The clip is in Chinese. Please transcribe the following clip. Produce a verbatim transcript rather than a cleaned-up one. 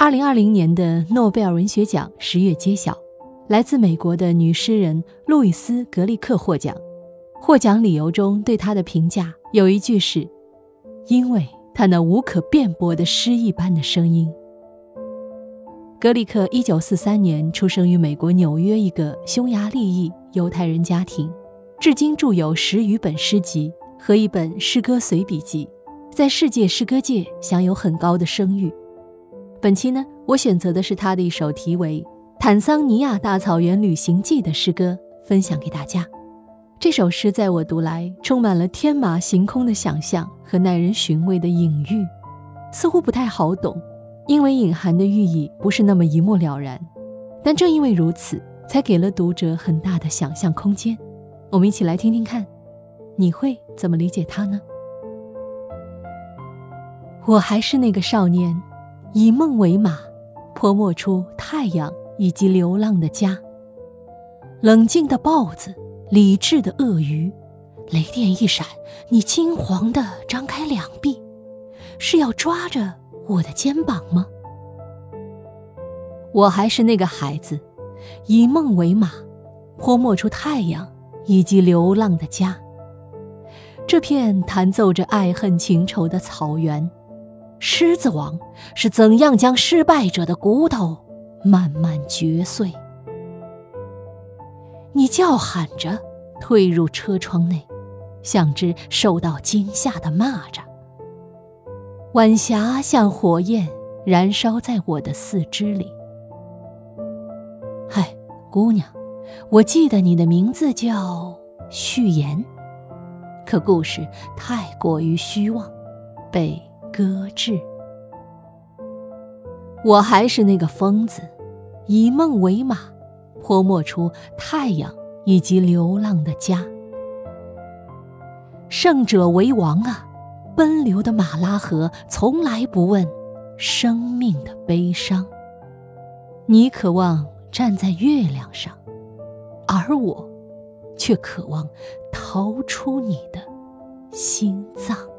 二零二零年的诺贝尔文学奖十月揭晓，来自美国的女诗人路易斯·格利克获奖。获奖理由中对她的评价有一句是：因为她那无可辩驳的诗一般的声音。格里克一九四三年出生于美国纽约一个匈牙利裔犹太人家庭，至今著有十余本诗集和一本诗歌随笔集，在世界诗歌界享有很高的声誉。本期呢，我选择的是他的一首题为《坦桑尼亚大草原旅行记》的诗歌，分享给大家。这首诗在我读来充满了天马行空的想象和耐人寻味的隐喻，似乎不太好懂，因为隐含的寓意不是那么一目了然，但正因为如此，才给了读者很大的想象空间。我们一起来听听看，你会怎么理解它呢？我还是那个少年，以梦为马，泼墨出太阳以及流浪的家。冷静的豹子，理智的鳄鱼，雷电一闪，你惊惶地张开两臂，是要抓着我的肩膀吗？我还是那个孩子，以梦为马，泼墨出太阳以及流浪的家。这片弹奏着爱恨情仇的草原，狮子王是怎样将失败者的骨头慢慢嚼碎。你叫喊着退入车窗内，像只受到惊吓的蚂蚱。晚霞像火焰燃烧在我的四肢里。嗨，姑娘，我记得你的名字叫序言，可故事太过于虚妄，被搁置。我还是那个疯子，以梦为马，泼墨出太阳以及流浪的家。胜者为王啊，奔流的马拉河从来不问生命的悲伤。你渴望站在月亮上，而我却渴望逃出你的心脏。